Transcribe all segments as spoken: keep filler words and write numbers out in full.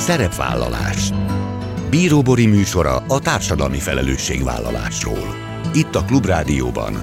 Szerepvállalás. Bíró Bori műsora a társadalmi felelősségvállalásról. Itt a Klubrádióban.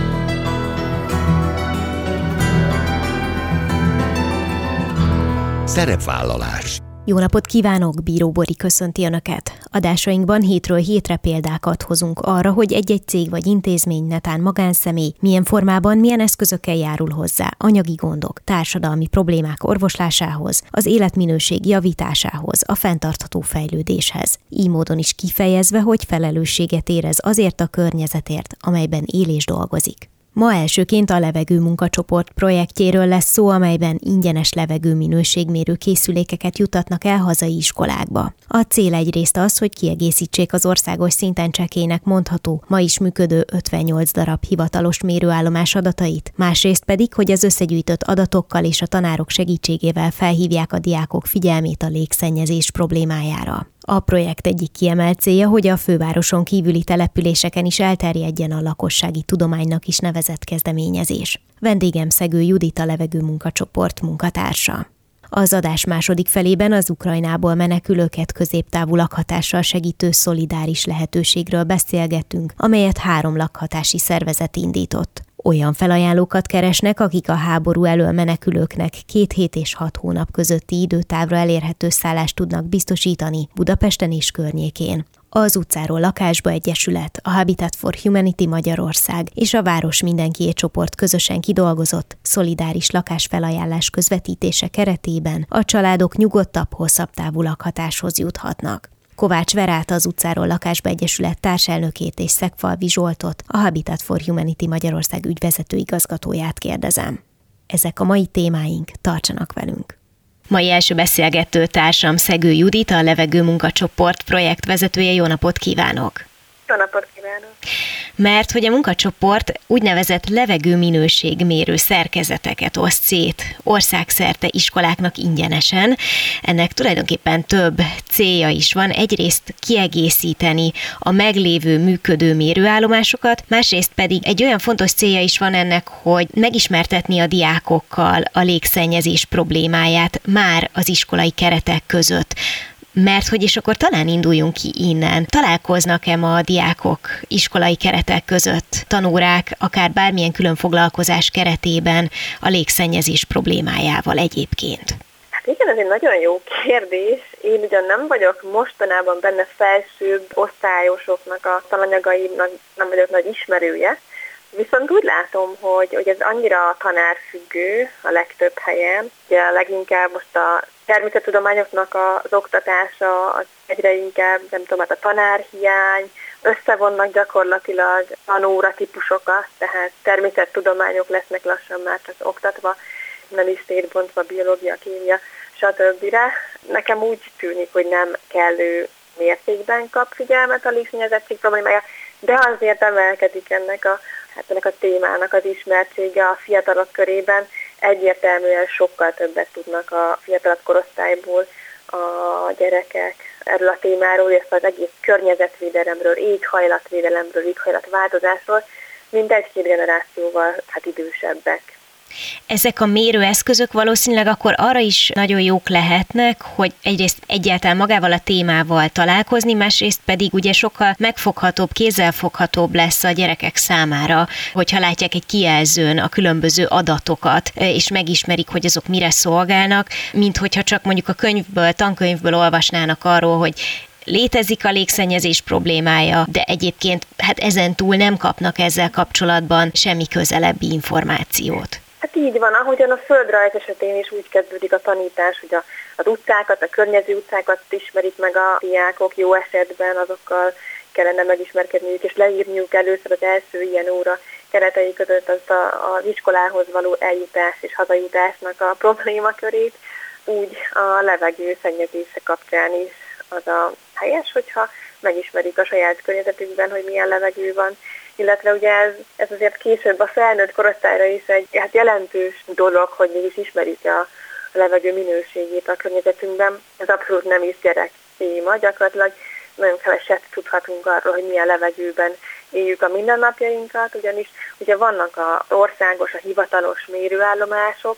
Szerepvállalás. Jó napot kívánok, Bíró Bori köszönti Önöket. Adásainkban hétről hétre példákat hozunk arra, hogy egy-egy cég vagy intézmény, netán magánszemély milyen formában, milyen eszközökkel járul hozzá anyagi gondok, társadalmi problémák orvoslásához, az életminőség javításához, a fenntartható fejlődéshez. Így módon is kifejezve, hogy felelősséget érez azért a környezetért, amelyben él és dolgozik. Ma elsőként a levegő munkacsoport projektjéről lesz szó, amelyben ingyenes levegő minőségmérő készülékeket juttatnak el hazai iskolákba. A cél egyrészt az, hogy kiegészítsék az országos szinten csekélynek mondható, ma is működő ötvennyolc darab hivatalos mérőállomás adatait, másrészt pedig, hogy az összegyűjtött adatokkal és a tanárok segítségével felhívják a diákok figyelmét a légszennyezés problémájára. A projekt egyik kiemelt célja, hogy a fővároson kívüli településeken is elterjedjen a lakossági tudománynak is nevezett kezdeményezés. Vendégem Szegő Judit, a levegő munkacsoport munkatársa. Az adás második felében az Ukrajnából menekülőket középtávú lakhatással segítő szolidáris lehetőségről beszélgetünk, amelyet három lakhatási szervezet indított. Olyan felajánlókat keresnek, akik a háború elől menekülőknek két hét és hat hónap közötti időtávra elérhető szállást tudnak biztosítani Budapesten és környékén. Az Utcáról lakásba egyesület, a Habitat for Humanity Magyarország és a Város Mindenkié csoport közösen kidolgozott szolidáris lakásfelajánlás közvetítése keretében a családok nyugodtabb, hosszabb távú lakhatáshoz juthatnak. Kovács Verát, az Utcáról lakásba egyesület társelnökét és Szegfalvi Zsoltot, a Habitat for Humanity Magyarország ügyvezető igazgatóját kérdezem. Ezek a mai témáink, tartsanak velünk! Mai első beszélgető társam Szegő Judit, a levegő munkacsoport projektvezetője. Jó napot kívánok! Jó napot kívánok! Mert hogy a munkacsoport úgynevezett levegőminőségmérő szerkezeteket oszt szét országszerte iskoláknak ingyenesen. Ennek tulajdonképpen több célja is van. Egyrészt kiegészíteni a meglévő működő mérőállomásokat, másrészt pedig egy olyan fontos célja is van ennek, hogy megismertetni a diákokkal a légszennyezés problémáját már az iskolai keretek között. Mert hogy és akkor talán induljunk ki innen. Találkoznak-e ma a diákok iskolai keretek között, tanórák, akár bármilyen külön foglalkozás keretében a légszennyezés problémájával egyébként? Hát igen, ez egy nagyon jó kérdés. Én ugyan nem vagyok mostanában benne felsőbb osztályosoknak a tananyagaimnak, nem vagyok nagy ismerője, viszont úgy látom, hogy, hogy ez annyira tanárfüggő a legtöbb helyen. Ugye leginkább most a természettudományoknak az oktatása az egyre inkább, nem tudom, hát a tanárhiány, összevonnak gyakorlatilag tanóra típusokat, tehát természettudományok lesznek lassan már csak oktatva, nem is szétbontva biológia, kémia, stb. Nekem úgy tűnik, hogy nem kellő mértékben kap figyelmet a légszennyezettség problémája, de azért emelkedik ennek a, hát ennek a témának az ismertsége a fiatalok körében. Egyértelműen sokkal többet tudnak a fiatalabb korosztályból a gyerekek erről a témáról, illetve az egész környezetvédelemről, éghajlatvédelemről, éghajlatváltozásról, mint egy-két generációval hát idősebbek. Ezek a mérőeszközök valószínűleg akkor arra is nagyon jók lehetnek, hogy egyrészt egyáltalán magával a témával találkozni, másrészt pedig ugye sokkal megfoghatóbb, kézzelfoghatóbb lesz a gyerekek számára, hogyha látják egy kijelzőn a különböző adatokat, és megismerik, hogy azok mire szolgálnak, mint hogyha csak mondjuk a könyvből, tankönyvből olvasnának arról, hogy létezik a légszennyezés problémája, de egyébként hát ezen túl nem kapnak ezzel kapcsolatban semmi közelebbi információt. Hát így van, ahogyan a földrajz esetén is úgy kezdődik a tanítás, hogy a, az utcákat, a környező utcákat ismerik meg a diákok, jó esetben azokkal kellene megismerkedniük, és leírniuk először az első ilyen óra keretei között az, a, az iskolához való eljutás és hazajutásnak a problémakörét, úgy a levegő szennyezése kapcsán is az a helyes, hogyha megismerik a saját környezetükben, hogy milyen levegő van, illetve ugye ez, ez azért később a felnőtt korosztályra is egy hát jelentős dolog, hogy mégis ismerik a levegő minőségét a környezetünkben. Ez abszolút nem is gyerek téma, gyakorlatilag nagyon keveset tudhatunk arról, hogy milyen levegőben éljük a mindennapjainkat, ugyanis ugye vannak az országos, a hivatalos mérőállomások,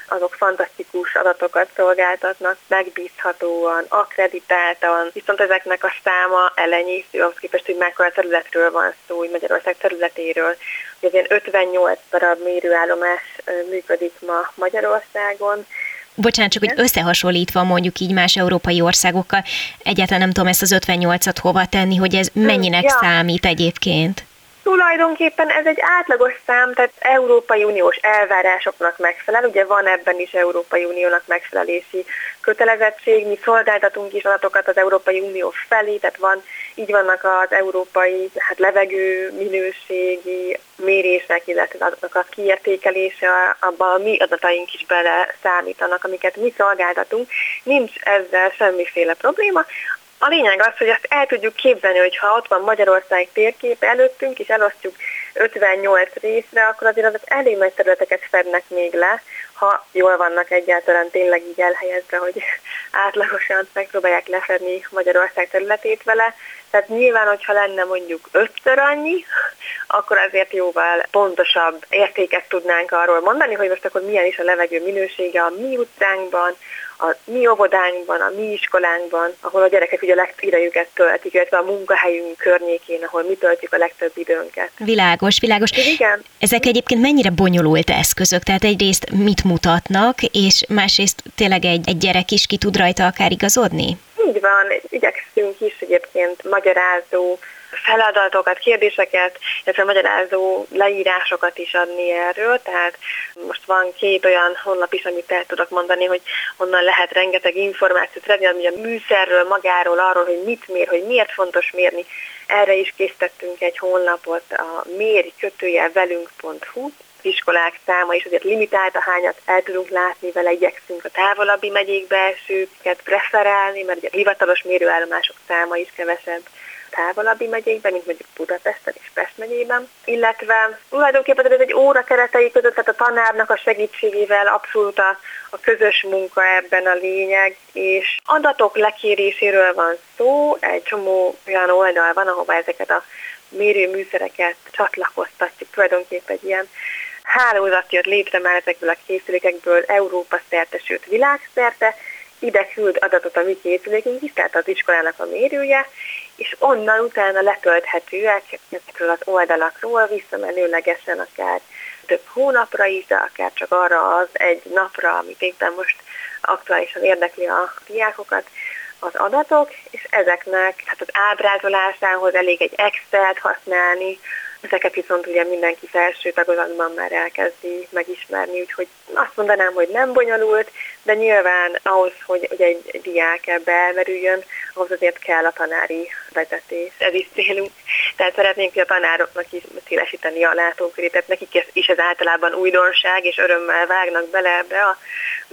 azok fantasztikus adatokat szolgáltatnak, megbízhatóan, akkreditáltan, viszont ezeknek a száma elenyésző, ahhoz képest, hogy mekkora területről van szó, hogy Magyarország területéről. Ugye ilyen ötvennyolc darab mérőállomás működik ma Magyarországon. Bocsánat, csak hogy összehasonlítva mondjuk így más európai országokkal, egyáltalán nem tudom ezt az ötvennyolcat hova tenni, hogy ez mennyinek ja. számít egyébként? Tulajdonképpen ez egy átlagos szám, tehát Európai Uniós elvárásoknak megfelel, ugye van ebben is Európai Uniónak megfelelési kötelezettség, mi szolgáltatunk is adatokat az Európai Unió felé, tehát van, így vannak az európai hát levegő minőségi mérések, illetve azoknak a kiértékelése, abban a mi adataink is bele számítanak, amiket mi szolgáltatunk. Nincs ezzel semmiféle probléma. A lényeg az, hogy azt el tudjuk képzelni, hogy ha ott van Magyarország térkép előttünk, és elosztjuk ötvennyolc részre, akkor azért azok elég nagy területeket fednek még le, ha jól vannak egyáltalán tényleg így elhelyezve, hogy átlagosan megpróbálják lefedni Magyarország területét vele. Tehát nyilván, hogyha lenne mondjuk ötször annyi, akkor azért jóval pontosabb értéket tudnánk arról mondani, hogy most akkor milyen is a levegő minősége a mi utcánkban, a mi óvodánkban, a mi iskolánkban, ahol a gyerekek ugye a legtöbb idejüket töltik, illetve a munkahelyünk környékén, ahol mi töltjük a legtöbb időnket. Világos, világos. Igen. Ezek egyébként mennyire bonyolult eszközök? Tehát egyrészt mit mutatnak, és másrészt tényleg egy, egy gyerek is ki tud rajta akár igazodni? Így van, igyekszünk is egyébként magyarázó feladatokat, kérdéseket, illetve magyarázó leírásokat is adni erről, tehát most van két olyan honlap is, amit el tudok mondani, hogy onnan lehet rengeteg információt venni, ami a műszerről, magáról, arról, hogy mit mér, hogy miért fontos mérni. Erre is készítettünk egy honlapot, a méri kötőjel velünk pont hu, iskolák száma is azért limitált, a hányat el tudunk látni, vele igyekszünk a távolabbi megyékbe esőket preferálni, mert ugye a hivatalos mérőállomások száma is kevesebb távolabbi megyékben, mint mondjuk Budapesten és Pest megyében, illetve tulajdonképpen ez egy óra keretei között, tehát a tanárnak a segítségével abszolút a, a közös munka ebben a lényeg, és adatok lekéréséről van szó, egy csomó olyan oldal van, ahova ezeket a mérőműszereket csatlakoztatjuk, tulajdonképpen egy ilyen hálózat jött létre már ezekből a készülékekből Európa szerte, sőt világszerte, ide küld adatot a mi készülékünk is, tehát az iskolának a mérője, és onnan utána letölthetőek ezekről az oldalakról visszamenőlegesen akár több hónapra is, de akár csak arra az egy napra, amit éppen most aktuálisan érdekli a diákokat, az adatok, és ezeknek hát az ábrázolásához elég egy Excel-t használni, ezeket viszont ugye mindenki felső tagozatban már elkezdi megismerni, úgyhogy azt mondanám, hogy nem bonyolult, de nyilván ahhoz, hogy, hogy egy, egy diák ebbe elmerüljön, ahhoz azért kell a tanári vezetés. Ez is célunk. Tehát szeretnénk, hogy a tanároknak is szélesíteni a látókörét, tehát nekik is ez általában újdonság, és örömmel vágnak bele ebbe a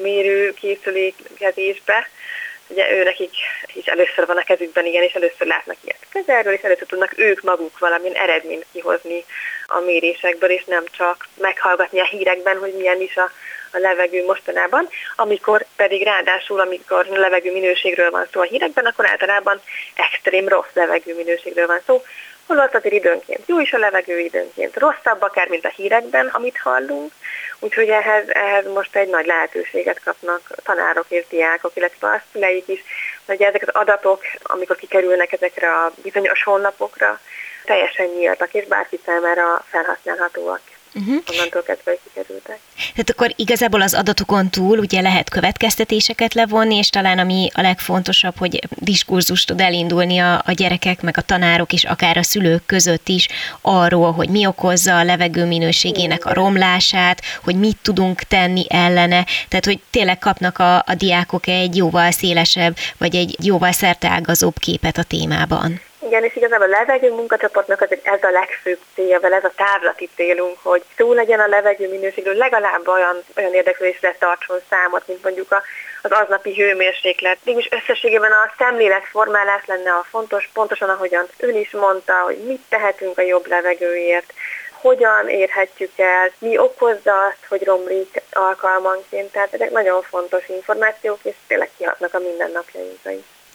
mérőkészülékezésbe. Ugye ő nekik is először van a kezükben, igen, és először látnak ilyet közelről, és először tudnak ők maguk valamilyen eredményt kihozni a mérésekből, és nem csak meghallgatni a hírekben, hogy milyen is a, a levegő mostanában, amikor pedig ráadásul, amikor levegő minőségről van szó a hírekben, akkor általában extrém rossz levegő minőségről van szó, holott azért időnként jó is a levegő, időnként rosszabb, akár mint a hírekben, amit hallunk. Úgyhogy ehhez, ehhez most egy nagy lehetőséget kapnak tanárok és diákok, illetve a szüleik is, hogy ezek az adatok, amikor kikerülnek ezekre a bizonyos honlapokra, teljesen nyíltak, és bárki számára felhasználhatóak. Uh-huh. Onnantól kezdve, hogy kikerültek. Tehát akkor igazából az adatokon túl ugye lehet következtetéseket levonni, és talán ami a legfontosabb, hogy diskurzus tud elindulni a, a gyerekek, meg a tanárok is, akár a szülők között is arról, hogy mi okozza a levegő minőségének a romlását, hogy mit tudunk tenni ellene, tehát hogy tényleg kapnak a, a diákok egy jóval szélesebb, vagy egy jóval szerteágazóbb képet a témában. Igen, és igazából a levegő munkacsoportnak az, ez a legfőbb célja, ez a távlati célunk, hogy szó legyen a levegő minőségről, legalább olyan, olyan érdeklődésre tartson számot, mint mondjuk a, az aznapi hőmérséklet. Mégis összességében a szemléletformálás lenne a fontos, pontosan ahogyan ön is mondta, hogy mit tehetünk a jobb levegőért, hogyan érhetjük el, mi okozza azt, hogy romlik alkalmanként. Tehát ezek nagyon fontos információk, és tényleg kihatnak a mindennapjainkra is.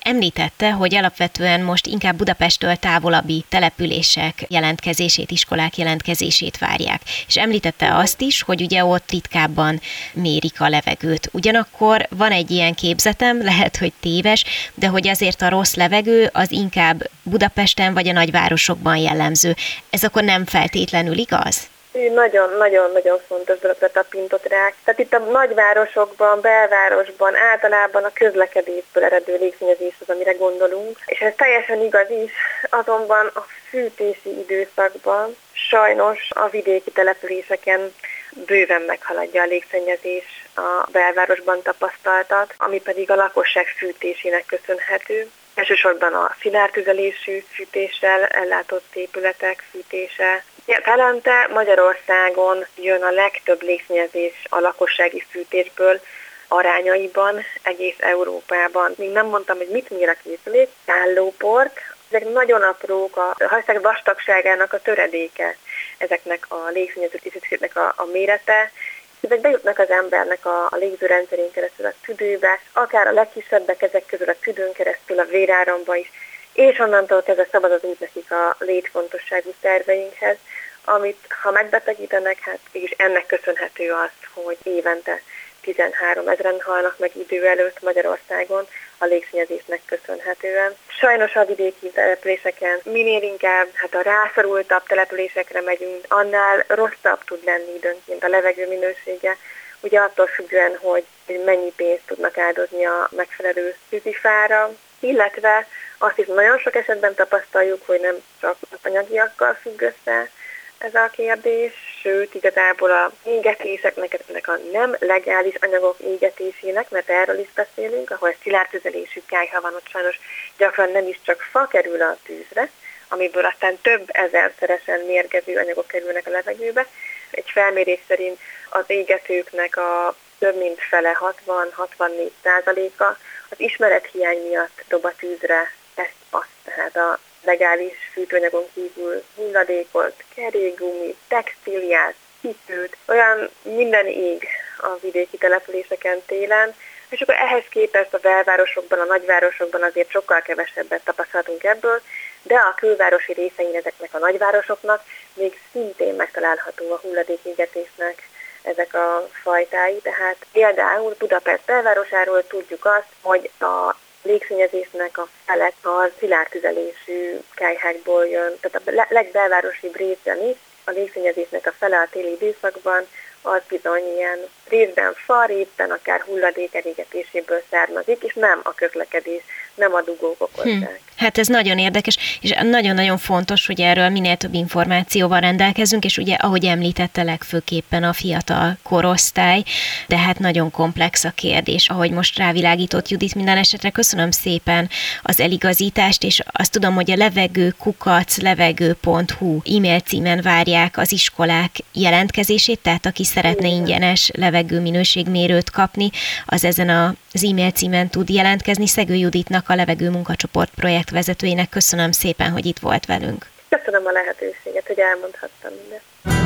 Említette, hogy alapvetően most inkább Budapesttől távolabbi települések jelentkezését, iskolák jelentkezését várják. És említette azt is, hogy ugye ott ritkábban mérik a levegőt. Ugyanakkor van egy ilyen képzetem, lehet, hogy téves, de hogy azért a rossz levegő az inkább Budapesten vagy a nagyvárosokban jellemző. Ez akkor nem feltétlenül igaz? Nagyon-nagyon-nagyon fontos dolog a tapintott rák. Tehát itt a nagyvárosokban, belvárosban általában a közlekedésből eredő légszennyezés az, amire gondolunk. És ez teljesen igaz is, azonban a fűtési időszakban sajnos a vidéki településeken bőven meghaladja a légszennyezés a belvárosban tapasztaltat, ami pedig a lakosság fűtésének köszönhető. Elsősorban a szilárdtüzelésű fűtéssel ellátott épületek fűtése. Felente Magyarországon jön a legtöbb légszennyezés a lakossági fűtésből arányaiban egész Európában. Még nem mondtam, hogy mit mér a készülék, szállóport, ezek nagyon aprók, a hajszák vastagságának a töredéke ezeknek a légszennyező készülékeknek a, a mérete. Ezek bejutnak az embernek a, a légzőrendszerén keresztül a tüdőbe, akár a legkisebbek ezek közül a tüdőn keresztül, a véráramba is, és onnantól kezdve szabad az út nekik a létfontosságú szerveinkhez, amit ha megbetegítenek, hát mégis ennek köszönhető az, hogy évente tizenhárom ezren halnak meg idő előtt Magyarországon a légszennyezésnek köszönhetően. Sajnos a vidéki településeken minél inkább hát a rászorultabb településekre megyünk, annál rosszabb tud lenni időnként a levegő minősége, ugye attól függően, hogy mennyi pénzt tudnak áldozni a megfelelő tűzifára, illetve azt is nagyon sok esetben tapasztaljuk, hogy nem csak anyagiakkal függ össze ez a kérdés, sőt, igazából a égetéseknek, ennek a nem legális anyagok égetésének, mert erről is beszélünk, ahol szilárdtüzelésű kályha van, ott sajnos gyakran nem is csak fa kerül a tűzre, amiből aztán több ezerszeresen mérgező anyagok kerülnek a levegőbe. Egy felmérés szerint az égetőknek a több mint fele, hatvan-hatvannégy százaléka az ismerethiány miatt dob a tűzre ezt azt, tehát a legális fűtőanyagon kívül hulladékot, kerégumi, textíliát, hipőt, olyan minden ég a vidéki településeken télen, és akkor ehhez képest a belvárosokban, a nagyvárosokban azért sokkal kevesebbet tapasztaltunk ebből, de a külvárosi részein ezeknek a nagyvárosoknak még szintén megtalálható a hulladékégetésnek ezek a fajtái, tehát például Budapest belvárosáról tudjuk azt, hogy a légszennyezésnek a fele a szilárdtüzelésű kályhákból jön, tehát a legbelvárosibb részen is a légszennyezésnek a fele a téli időszakban az bizony ilyen részben fa, részben akár hulladék elégetéséből származik, és nem a közlekedés, nem a dugók okozzák. Hm. Hát ez nagyon érdekes, és nagyon-nagyon fontos, hogy erről minél több információval rendelkezünk, és ugye, ahogy említette, legfőképpen a fiatal korosztály, de hát nagyon komplex a kérdés, ahogy most rávilágított Judit. Minden esetre köszönöm szépen az eligazítást, és azt tudom, hogy a levegő kukac levegő pont hu e-mail címen várják az iskolák jelentkezését, tehát aki szeretne ingyenes levegőminőségmérőt kapni, az ezen az e-mail címen tud jelentkezni. Szegő Juditnak, a Levegő Munkacsoport projektvezetőjének köszönöm szépen, hogy itt volt velünk. Köszönöm a lehetőséget, hogy elmondhattam mindezt.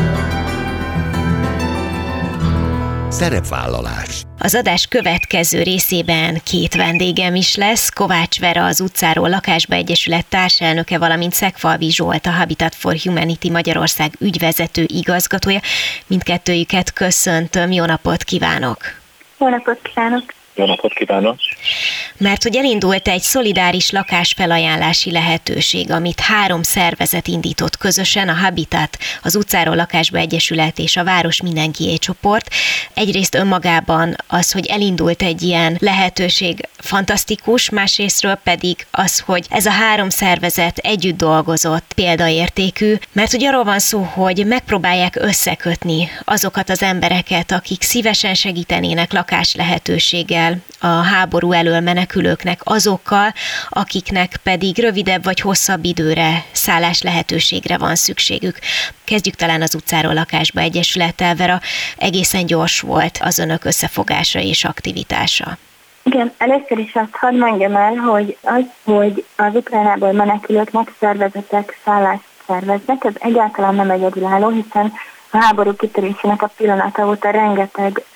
Szerepvállalás. Az adás következő részében két vendégem is lesz. Kovács Vera, az Utcáról Lakásba Egyesület társelnöke, valamint Szegfalvi Zsolt, a Habitat for Humanity Magyarország ügyvezető igazgatója. Mindkettőjüket köszöntöm, jó napot kívánok! Jó napot kívánok! Jó napot kívánok! Mert hogy elindult egy szolidáris lakásfelajánlási lehetőség, amit három szervezet indított közösen, a Habitat, az Utcáról Lakásba Egyesület és a Város Mindenkié csoport. Egyrészt önmagában az, hogy elindult egy ilyen lehetőség, fantasztikus, másrésztről pedig az, hogy ez a három szervezet együtt dolgozott, példaértékű, mert ugye arról van szó, hogy megpróbálják összekötni azokat az embereket, akik szívesen segítenének lakás lehetőséggel a háború elől menekülőknek, azokkal, akiknek pedig rövidebb vagy hosszabb időre szállás lehetőségre van szükségük. Kezdjük talán az Utcáról Lakásba Egyesülettel, Vera, egészen gyors volt az önök összefogása és aktivitása. Igen, először is azt hadd mondjam el, hogy az, hogy az Ukrajnából menekülőknek szervezetek szállást szerveznek, ez egyáltalán nem egyedülálló, hiszen a háború kitörésének a pillanata óta rengeteg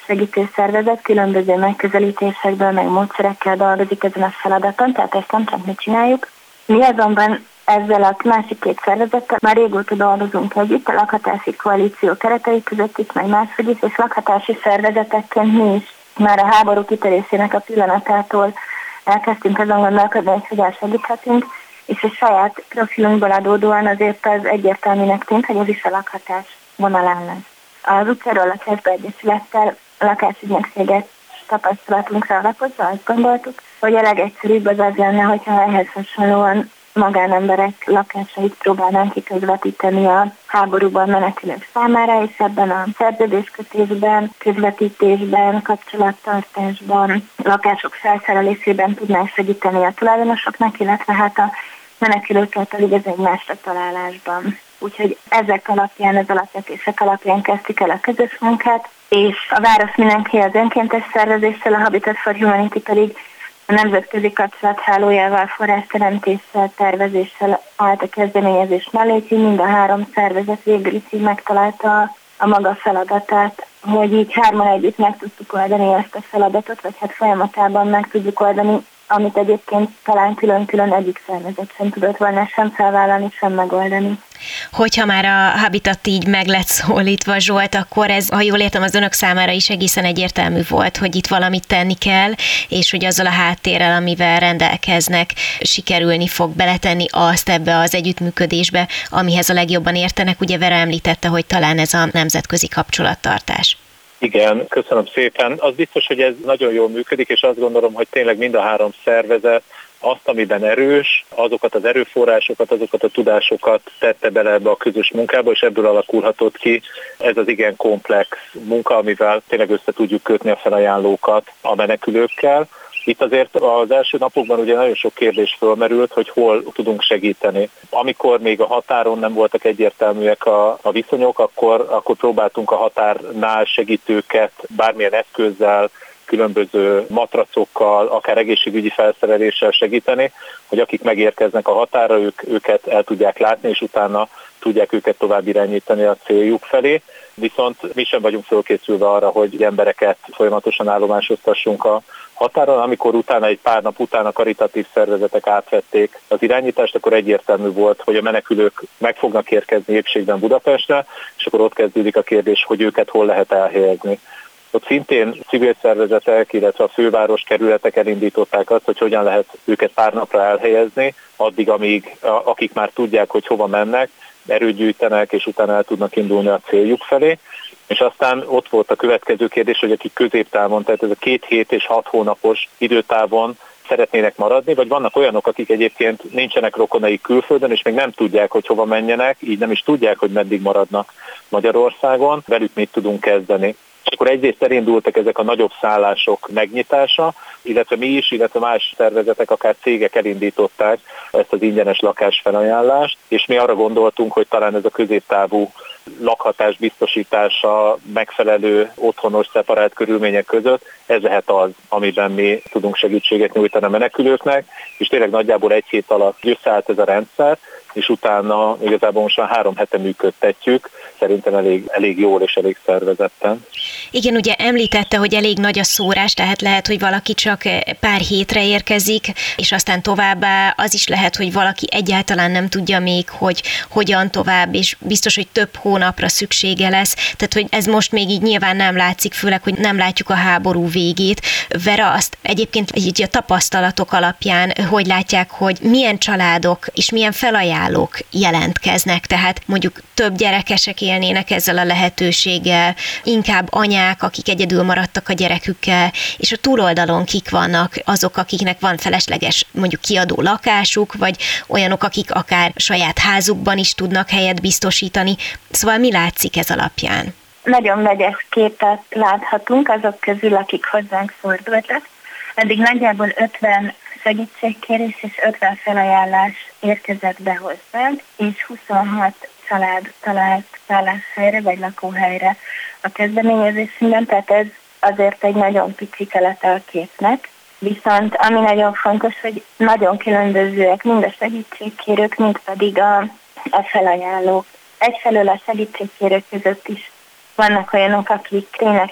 segítő szervezet különböző megközelítésekből, meg módszerekkel dolgozik ezen a feladaton, tehát ezt nem csak mi csináljuk. Mi azonban ezzel a másik két szervezettel már régóta dolgozunk együtt, a lakhatási koalíció keretei között is, meg máshogy is, és lakhatási szervezetekként mi is már a háború kitörésének a pillanatától elkezdtünk azon gondolkodni, hogy hogyan segíthetünk, és a saját profilunkból adódóan azért az egyértelműnek tűnt, hogy ez is a lakhatás vonalán lesz. Az utcáról lakásba egyesülettel lakásügynökséget tapasztalatunkra alapozva azt gondoltuk, hogy a legegyszerűbb az az lenne, hogyha ehhez hasonlóan magánemberek lakásait próbálnánk kiközvetíteni a háborúban menekülők számára, és ebben a szerződéskötésben, közvetítésben, kapcsolattartásban, lakások felszerelésében tudnánk segíteni a tulajdonosoknak, illetve hát a menekülők által igazegymásra találásban. Úgyhogy ezek alapján, az alapvetések alapján kezdtük el a közös munkát, és a Város Mindenki az önkéntes szervezéssel, a Habitat for Humanity pedig a nemzetközi kapcsolathálójával, forrásteremtéssel, tervezéssel állt a kezdeményezés mellé, úgyhogy mind a három szervezet végül is így megtalálta a maga feladatát, hogy így hárman együtt meg tudtuk oldani ezt a feladatot, vagy hát folyamatában meg tudjuk oldani, amit egyébként talán külön-külön egyik szervezet sem tudott volna sem felvállalni, sem megoldani. Hogyha már a Habitat így meg lett szólítva, Zsolt, akkor ez, ha jól értem, az önök számára is egészen egyértelmű volt, hogy itt valamit tenni kell, és hogy azzal a háttérrel, amivel rendelkeznek, sikerülni fog beletenni azt ebbe az együttműködésbe, amihez a legjobban értenek. Ugye Vera említette, hogy talán ez a nemzetközi kapcsolattartás. Igen, köszönöm szépen. Az biztos, hogy ez nagyon jól működik, és azt gondolom, hogy tényleg mind a három szervezet azt, amiben erős, azokat az erőforrásokat, azokat a tudásokat tette bele ebbe a közös munkába, és ebből alakulhatott ki ez az igen komplex munka, amivel tényleg össze tudjuk kötni a felajánlókat a menekülőkkel. Itt azért az első napokban ugye nagyon sok kérdés fölmerült, hogy hol tudunk segíteni. Amikor még a határon nem voltak egyértelműek a, a viszonyok, akkor, akkor próbáltunk a határnál segítőket bármilyen eszközzel, különböző matracokkal, akár egészségügyi felszereléssel segíteni, hogy akik megérkeznek a határra, ők, őket el tudják látni, és utána tudják őket tovább irányítani a céljuk felé. Viszont mi sem vagyunk fölkészülve arra, hogy embereket folyamatosan állomásoztassunk a határon. Amikor utána, egy pár nap után a karitatív szervezetek átvették az irányítást, akkor egyértelmű volt, hogy a menekülők meg fognak érkezni épségben Budapestre, és akkor ott kezdődik a kérdés, hogy őket hol lehet elhelyezni. Ott szintén civil szervezetek, illetve a főváros kerületek elindították azt, hogy hogyan lehet őket pár napra elhelyezni, addig, amíg akik már tudják, hogy hova mennek, erőt gyűjtenek, és utána el tudnak indulni a céljuk felé. És aztán ott volt a következő kérdés, hogy akik középtávon, tehát ez a két hét és hat hónapos időtávon szeretnének maradni, vagy vannak olyanok, akik egyébként nincsenek rokonai külföldön, és még nem tudják, hogy hova menjenek, így nem is tudják, hogy meddig maradnak Magyarországon, velük mit tudunk kezdeni. És akkor egyrészt elindultak ezek a nagyobb szállások megnyitása, illetve mi is, illetve más szervezetek, akár cégek elindították ezt az ingyenes lakásfelajánlást, és mi arra gondoltunk, hogy talán ez a középtávú lakhatás biztosítása megfelelő, otthonos, szeparált körülmények között, ez lehet az, amiben mi tudunk segítséget nyújtani a menekülőknek, és tényleg nagyjából egy hét alatt összeállt ez a rendszer, és utána igazából most már három hete működtetjük, szerintem elég, elég jól és elég szervezetten. Igen, ugye említette, hogy elég nagy a szórás, tehát lehet, hogy valaki csak pár hétre érkezik, és aztán továbbá az is lehet, hogy valaki egyáltalán nem tudja még, hogy hogyan tovább, és biztos, hogy több hónapra szüksége lesz. Tehát, hogy ez most még így nyilván nem látszik, főleg, hogy nem látjuk a háború végét. Vera, azt egyébként így a tapasztalatok alapján hogy látják, hogy milyen családok és milyen felajánlók jelentkeznek, tehát mondjuk több gyerekesek élnének ezzel a lehetőséggel, inkább anyák, akik egyedül maradtak a gyerekükkel, és a túloldalon kik vannak azok, akiknek van felesleges mondjuk kiadó lakásuk, vagy olyanok, akik akár saját házukban is tudnak helyet biztosítani. Szóval mi látszik ez alapján? Nagyon vegyes képet láthatunk azok közül, akik hozzánk fordultak. Eddig nagyjából ötven segítségkérés és ötven felajánlás érkezett be hozzánk, és huszonhat család talált szálláshelyre vagy lakóhelyre a kezdeményezésünkben, tehát ez azért egy nagyon pici kelete a képnek. Viszont ami nagyon fontos, hogy nagyon különbözőek mind a segítségkérők, mind pedig a, a felajánlók. Egyfelől a segítségkérők között is vannak olyanok, akik tényleg csak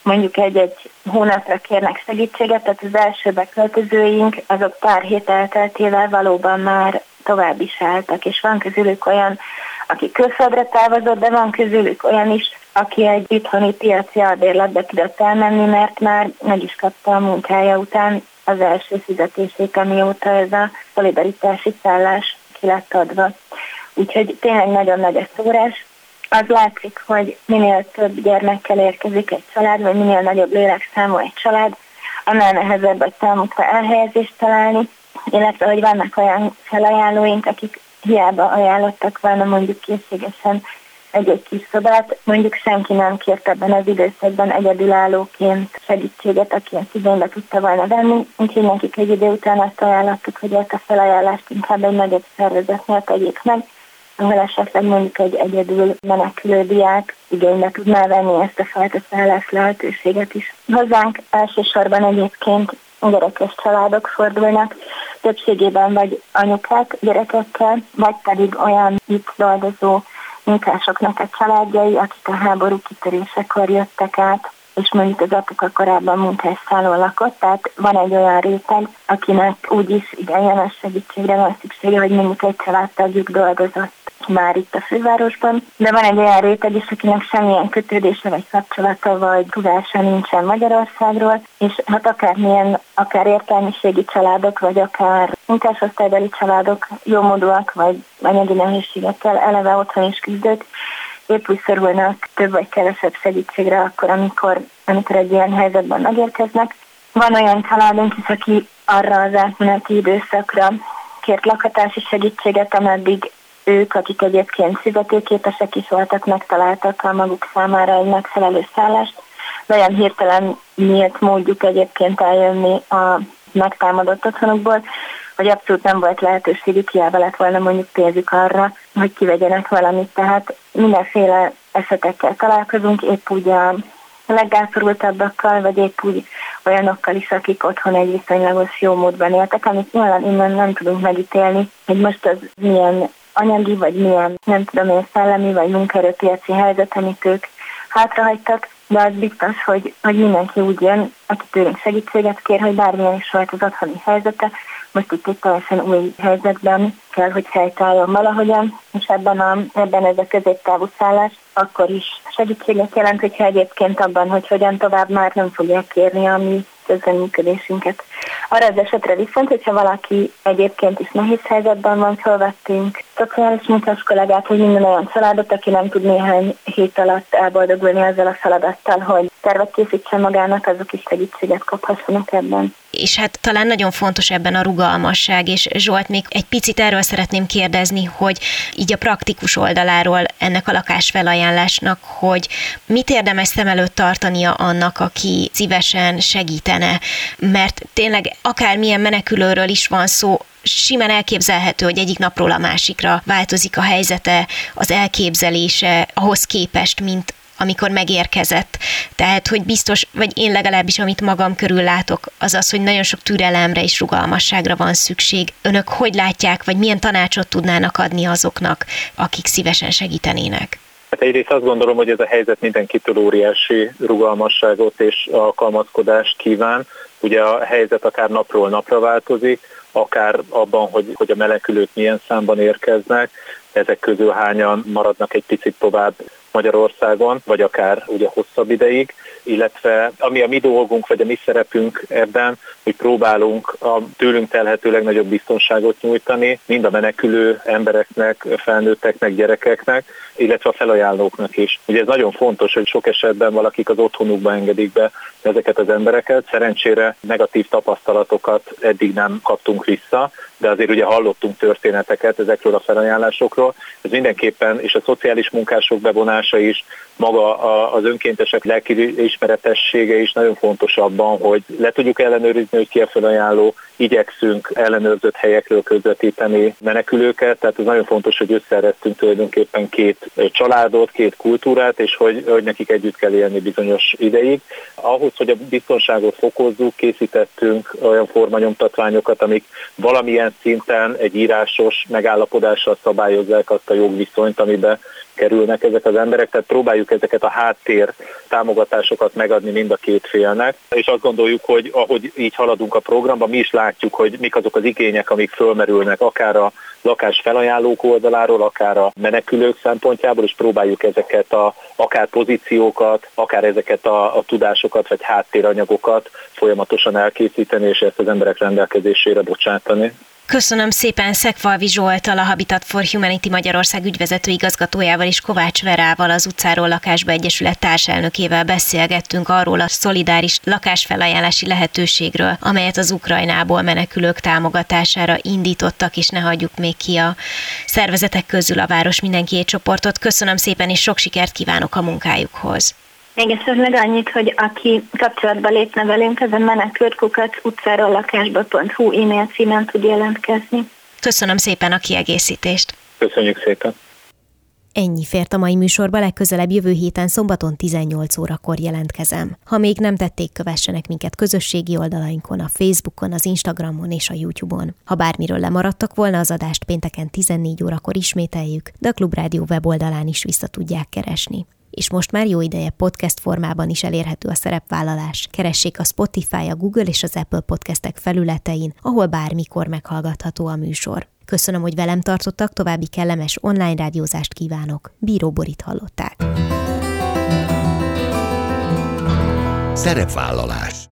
mondjuk egy-egy hónapra kérnek segítséget, tehát az első beköltözőink, azok pár hét elteltével valóban már tovább is álltak, és van közülük olyan, aki külföldre távozott, de van közülük olyan is, aki egy itthoni piaci albérletbe tudott elmenni, mert már meg is kapta a munkája után az első fizetését, amióta ez a szolidaritási szállás ki lett adva. Úgyhogy tényleg nagyon nagy a szórás. Az látszik, hogy minél több gyermekkel érkezik egy család, vagy minél nagyobb lélekszámú egy család, annál nehezebb a számukra elhelyezést találni, illetve hogy vannak olyan felajánlóink, akik hiába ajánlottak volna mondjuk készségesen egy-egy kis szobát, mondjuk senki nem kért ebben az időszakban egyedülállóként segítséget, aki ezt igénybe tudta volna venni, úgyhogy nekik egy idő után azt ajánlottuk, hogy ezt a felajánlást inkább egy nagyobb szervezetnél tegyék meg, ahol esetleg mondjuk egy egyedül menekülő diák igénybe tudná venni ezt a fajta szállás lehetőséget is. Hozzánk elsősorban egyébként gyerekes családok fordulnak, többségében vagy anyukák gyerekekkel, vagy pedig olyan itt dolgozó munkásoknak a családjai, akik a háború kitörésekor jöttek át, és mondjuk az apuka korábban munkásszállón lakott, tehát van egy olyan réteg, akinek úgyis ideiglenes segítségre van szüksége, hogy mondjuk egy családtagjuk dolgozott már itt a fővárosban, de van egy olyan réteg is, akinek semmilyen kötődése vagy kapcsolata vagy tudása nincsen Magyarországról, és hát akármilyen, akár értelmiségi családok, vagy akár munkásosztálybeli családok, jómódúak, vagy anyagi nehézségekkel eleve otthon is küzdők, épp úgy szorulnak több vagy kevesebb segítségre akkor, amikor, amikor egy ilyen helyzetben megérkeznek. Van olyan családunk is, aki arra az átmeneti időszakra kért lakhatási segítséget, ameddig ők, akik egyébként fizetőképesek is voltak, megtaláltak a maguk számára egy megfelelő szállást, de olyan hirtelen nyílt módjuk egyébként eljönni a megtámadott otthonukból, hogy abszolút nem volt lehetőségük, hiába lett volna mondjuk pénzük arra, hogy kivegyenek valamit. Tehát mindenféle esetekkel találkozunk, épp úgy a leggátorultabbakkal, vagy épp úgy olyanokkal is, akik otthon egy viszonylagos jó módban éltek, amit nyilván innen nem tudunk megítélni, hogy most az milyen anyagi, vagy milyen, nem tudom én, szellemi, vagy munkaerőpiaci helyzet, amit ők hátrahagytak, de az biztos, hogy, hogy mindenki úgy jön, aki tőlünk segítséget kér, hogy bármilyen is volt az otthoni helyzete, most itt egy teljesen új helyzetben kell, hogy helytálljon valahogyan, és ebben, a, ebben ez a középtávú szállás akkor is segítséget jelent, hogyha egyébként abban, hogy hogyan tovább már nem fogják kérni a mi közreműködésünket. Arra az esetre viszont, hogyha valaki egyébként is nehéz helyzetben van, felvettünk szociális munkás kollégát, hogy minden olyan családot, aki nem tud néhány hét alatt elboldogulni ezzel a feladattal, hogy tervet készítsen magának, azok is segítséget kaphassanak ebben. És hát talán nagyon fontos ebben a rugalmasság, és Zsolt, még egy picit erről szeretném kérdezni, hogy így a praktikus oldaláról ennek a lakásfelajánlásnak, hogy mit érdemes szem előtt tartania annak, aki szívesen segítene, mert tényleg akármilyen menekülőről is van szó, simán elképzelhető, hogy egyik napról a másikra változik a helyzete, az elképzelése ahhoz képest, mint amikor megérkezett. Tehát, hogy biztos, vagy én legalábbis, amit magam körül látok, az az, hogy nagyon sok türelemre és rugalmasságra van szükség. Önök hogy látják, vagy milyen tanácsot tudnának adni azoknak, akik szívesen segítenének? Hát egyrészt azt gondolom, hogy ez a helyzet mindenkitől óriási rugalmasságot és alkalmazkodást kíván. Ugye a helyzet akár napról napra változik, akár abban, hogy, hogy a menekülők milyen számban érkeznek, ezek közül hányan maradnak egy picit tovább Magyarországon, vagy akár ugye hosszabb ideig, illetve ami a mi dolgunk, vagy a mi szerepünk ebben, hogy próbálunk a tőlünk telhető legnagyobb biztonságot nyújtani, mind a menekülő embereknek, felnőtteknek, gyerekeknek, illetve a felajánlóknak is. Ugye ez nagyon fontos, hogy sok esetben valakik az otthonukba engedik be ezeket az embereket. Szerencsére negatív tapasztalatokat eddig nem kaptunk vissza, de azért ugye hallottunk történeteket ezekről a felajánlásokról. Ez mindenképpen, és a szociális munkások bevonása is, maga az önkéntesek lelkiismeretessége is nagyon fontos abban, hogy le tudjuk ellenőrizni, hogy ki a felajánló, igyekszünk ellenőrzött helyekről közvetíteni menekülőket, tehát ez nagyon fontos, hogy összeeresztünk tulajdonképpen két családot, két kultúrát, és hogy, hogy nekik együtt kell élni bizonyos ideig. Ahhoz, hogy a biztonságot fokozzuk, készítettünk olyan formanyomtatványokat, amik valamilyen szinten egy írásos megállapodással szabályozzák azt a jogviszonyt, amiben kerülnek ezek az emberek, tehát próbáljuk ezeket a háttér támogatásokat megadni mind a két félnek, és azt gondoljuk, hogy ahogy így haladunk a programba, mi is látjuk, hogy mik azok az igények, amik fölmerülnek, akár a lakás felajánlók oldaláról, akár a menekülők szempontjából, és próbáljuk ezeket a akár pozíciókat, akár ezeket a, a tudásokat, vagy háttéranyagokat folyamatosan elkészíteni, és ezt az emberek rendelkezésére bocsátani. Köszönöm szépen Szekfalvi Zsolttal, a Habitat for Humanity Magyarország ügyvezető igazgatójával és Kovács Verával, az Utcáról Lakásba Egyesület társelnökével beszélgettünk arról a szolidáris lakásfelajánlási lehetőségről, amelyet az Ukrajnából menekülők támogatására indítottak, és ne hagyjuk még ki a szervezetek közül a Város Mindenkié csoportot. Köszönöm szépen, és sok sikert kívánok a munkájukhoz. Még esetleg annyit, hogy aki kapcsolatba lépne velünk, ezen menekültkukac utcáról lakásba pont hu e-mail címen tud jelentkezni. Köszönöm szépen a kiegészítést. Köszönjük szépen. Ennyi fért a mai műsorba, legközelebb jövő héten szombaton tizennyolc órakor jelentkezem. Ha még nem tették, kövessenek minket közösségi oldalainkon, a Facebookon, az Instagramon és a YouTube-on. Ha bármiről lemaradtak volna, az adást pénteken tizennégy órakor ismételjük, de a Klubrádió weboldalán is vissza tudják keresni. És most már jó ideje podcast formában is elérhető a szerepvállalás. Keressék a Spotify, a Google és az Apple podcastek felületein, ahol bármikor meghallgatható a műsor. Köszönöm, hogy velem tartottak, további kellemes online rádiózást kívánok. Bíró Borit hallották. Szerepvállalás.